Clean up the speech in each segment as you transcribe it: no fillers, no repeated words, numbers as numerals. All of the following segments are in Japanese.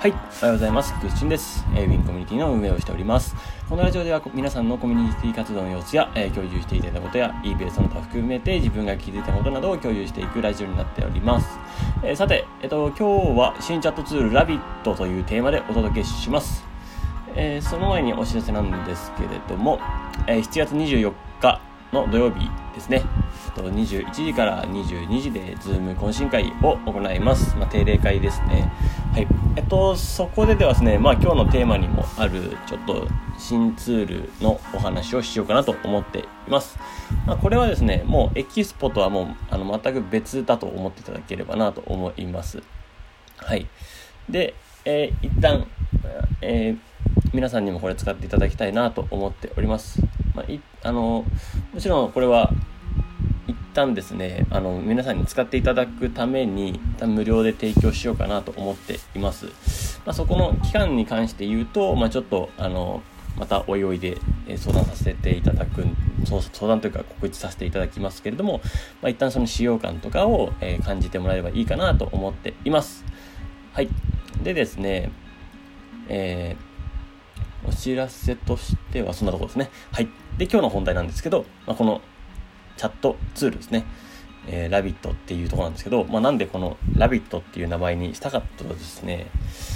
はい、おはようございます。クッチンです。ウィンコミュニティの運営をしております。このラジオでは皆さんのコミュニティ活動の様子や、共有していただいたことや eBay その他含めて自分が気づいたことなどを共有していくラジオになっております。さて、今日は新チャットツールラビットというテーマでお届けします。その前にお知らせなんですけれども、7月24日の土曜日ですね、21時から22時でズーム懇親会を行います。定例会ですね。はい。そこでですね、今日のテーマにもあるちょっと新ツールのお話をしようかなと思っています。これはですね、もうエキスポとはもう全く別だと思っていただければなと思います。はい。で、一旦、皆さんにもこれ使っていただきたいなと思っております。もちろんこれは一旦ですね、皆さんに使っていただくために無料で提供しようかなと思っています。そこの期間に関して言うと、ちょっとまたおいおいで相談させていただく相談というか告知させていただきますけれども、一旦その使用感とかを感じてもらえればいいかなと思っています。はい。でですね、お知らせとしてはそんなところですね。はい。で、今日の本題なんですけど、このチャットツールですね。ラビットっていうところなんですけど、なんでこのラビットっていう名前にしたかとですね、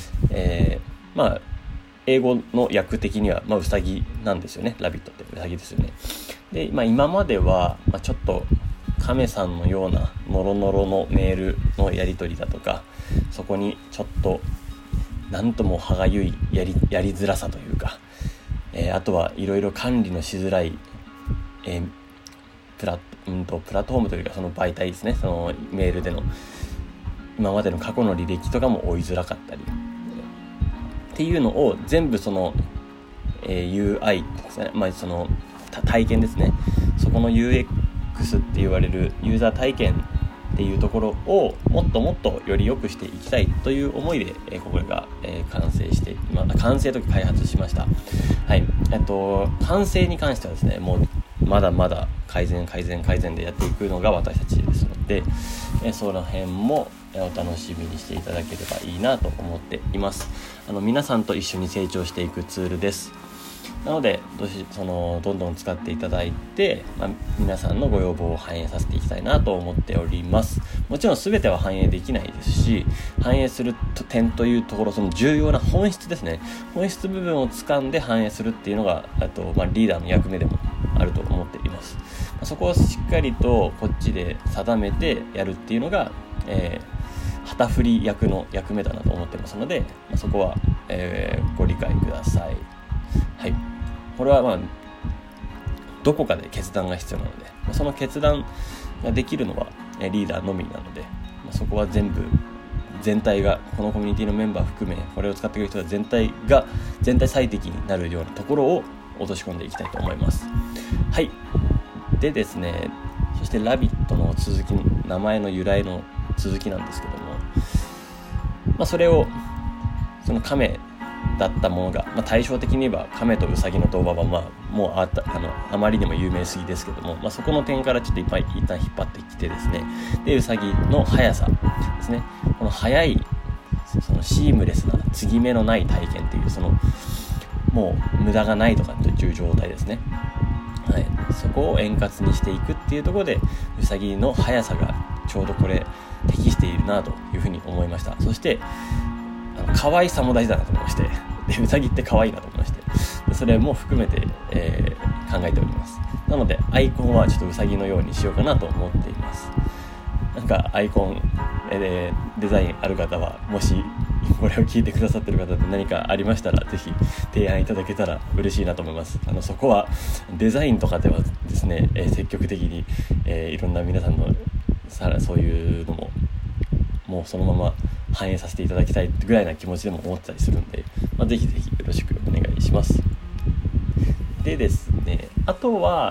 英語の訳的には、ウサギなんですよね。ラビットってウサギですよね。で、今までは、ちょっと亀さんのようなノロノロのメールのやり取りだとか、そこにちょっとなんとも歯がゆいやりづらさというか、あとはいろいろ管理のしづらい、プラットフォームというかその媒体ですね、そのメールでの今までの過去の履歴とかも追いづらかったりっていうのを全部その、UI ですね、その体験ですね、そこの UX って言われるユーザー体験っていうところをもっともっとより良くしていきたいという思いで、これが、完成と開発しました。はい。完成に関してはですね、もうまだまだ改善でやっていくのが私たちですので、その辺もお楽しみにしていただければいいなと思っています。皆さんと一緒に成長していくツールです。なのでどんどん使っていただいて、皆さんのご要望を反映させていきたいなと思っております。もちろん全ては反映できないですし、反映する点というところ、その重要な本質ですね、本質部分を掴んで反映するっていうのがリーダーの役目でもあると思っています。そこをしっかりとこっちで定めてやるっていうのが、旗振り役の役目だなと思ってますので、そこは、ご理解ください。はい。これはどこかで決断が必要なので、その決断ができるのはリーダーのみなので、そこは全体がこのコミュニティのメンバー含めこれを使っている人は全体最適になるようなところを落とし込んでいきたいと思います。はい。でですね、そしてラビットの続き、名前の由来の続きなんですけども、それをその亀だったものが、対照的に言えば亀とウサギの動画はもうあまりにも有名すぎですけども、そこの点からちょっと一旦引っ張ってきてですね、でウサギの速さですね、この速いそのシームレスな継ぎ目のない体験っていう、そのもう無駄がないとかという状態ですね。はい、そこを円滑にしていくっていうところでウサギの速さがちょうどこれ適しているなというふうに思いました。そして可愛さも大事だなと思いまして、でウサギって可愛いなと思いまして、でそれも含めて、考えております。なのでアイコンはちょっとウサギのようにしようかなと思っています。アイコン、デザインある方は、もしこれを聞いてくださっている方で何かありましたらぜひ提案いただけたら嬉しいなと思います。そこはデザインとかではですね、積極的に、いろんな皆さんのそういうのももうそのまま反映させていただきたいぐらいな気持ちでも思ってたりするんで、ぜひぜひよろしくお願いします。でですね、あとは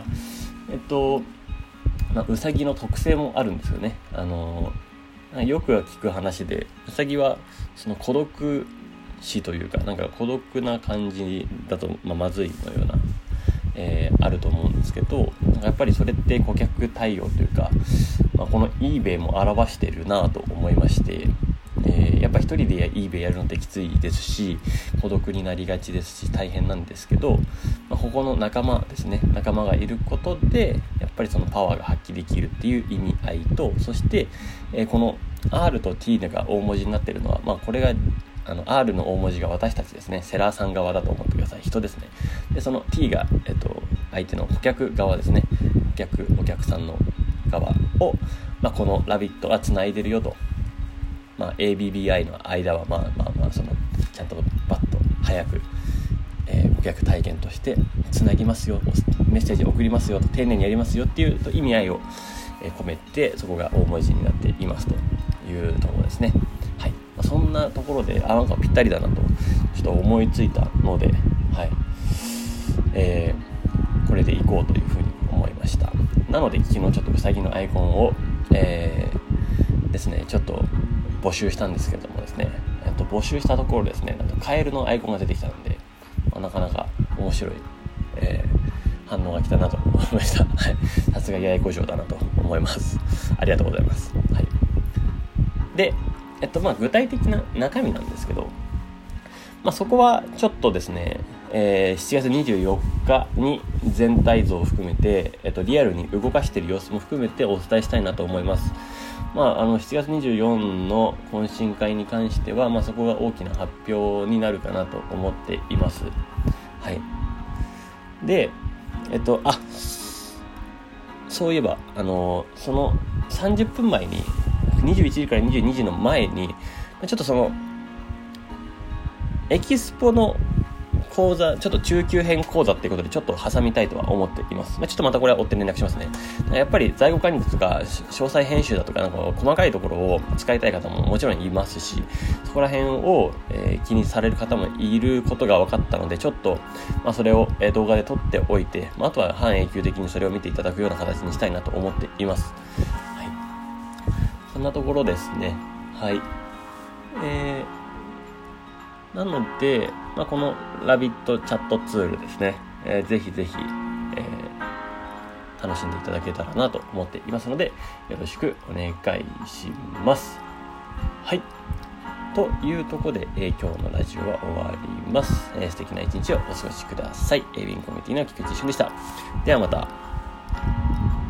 ウサギの特性もあるんですよね。よく聞く話で、ウサギはその孤独死というか、孤独な感じだと、まずいのような、あると思うんですけど、やっぱりそれって顧客対応というか、この eBay も表しているなと思いまして、 やっぱ一人で eBay やるのってきついですし、孤独になりがちですし大変なんですけど、ここの仲間ですね、仲間がいることでやっぱりそのパワーが発揮できるっていう意味合いと、そして、この R と T が大文字になっているのは、これがR の大文字が私たちですね、セラーさん側だと思ってください。人ですね。でその T が、相手の顧客側ですね。お客さんの側を、このラビットがつないでるよと、ABBI の間はそのちゃんとバッと早く、顧客体験としてつなぎますよ、メッセージ送りますよと、丁寧にやりますよっていう意味合いを、込めて、そこが大文字になっていますというところですね。はい。そんなところでなんかぴったりだなとちょっと思いついたので、はい、これでいこうというふうに思いました。なので昨日ちょっとうさぎのアイコンを、ですねちょっと募集したんですけれどもですね、募集したところですね、なんとカエルのアイコンが出てきたので、なかなか面白い、反応が来たなと思いました。はい、さすが八重子城だなと思います。ありがとうございます。はい。で、具体的な中身なんですけど、そこはちょっとですね、7月24日に全体像を含めて、リアルに動かしている様子も含めてお伝えしたいなと思います。7月24の懇親会に関しては、そこが大きな発表になるかなと思っています。はい。で、そういえば、その30分前に、21時から22時の前に、ちょっとその、エキスポの講座、ちょっと中級編講座っていうことでちょっと挟みたいとは思っています。ちょっとまたこれは追って連絡しますね。やっぱり在庫管理とか詳細編集だとか、なんか細かいところを使いたい方ももちろんいますし、そこら辺を、気にされる方もいることが分かったので、ちょっと、それを、動画で撮っておいて、あとは半永久的にそれを見ていただくような形にしたいなと思っています。はい。そんなところですね。はい。なので、このラビットチャットツールですね、ぜひぜひ、楽しんでいただけたらなと思っていますので、よろしくお願いします。はい。というところで、今日のラジオは終わります。素敵な一日をお過ごしください。ウィンコミュニティの菊池俊でした。ではまた。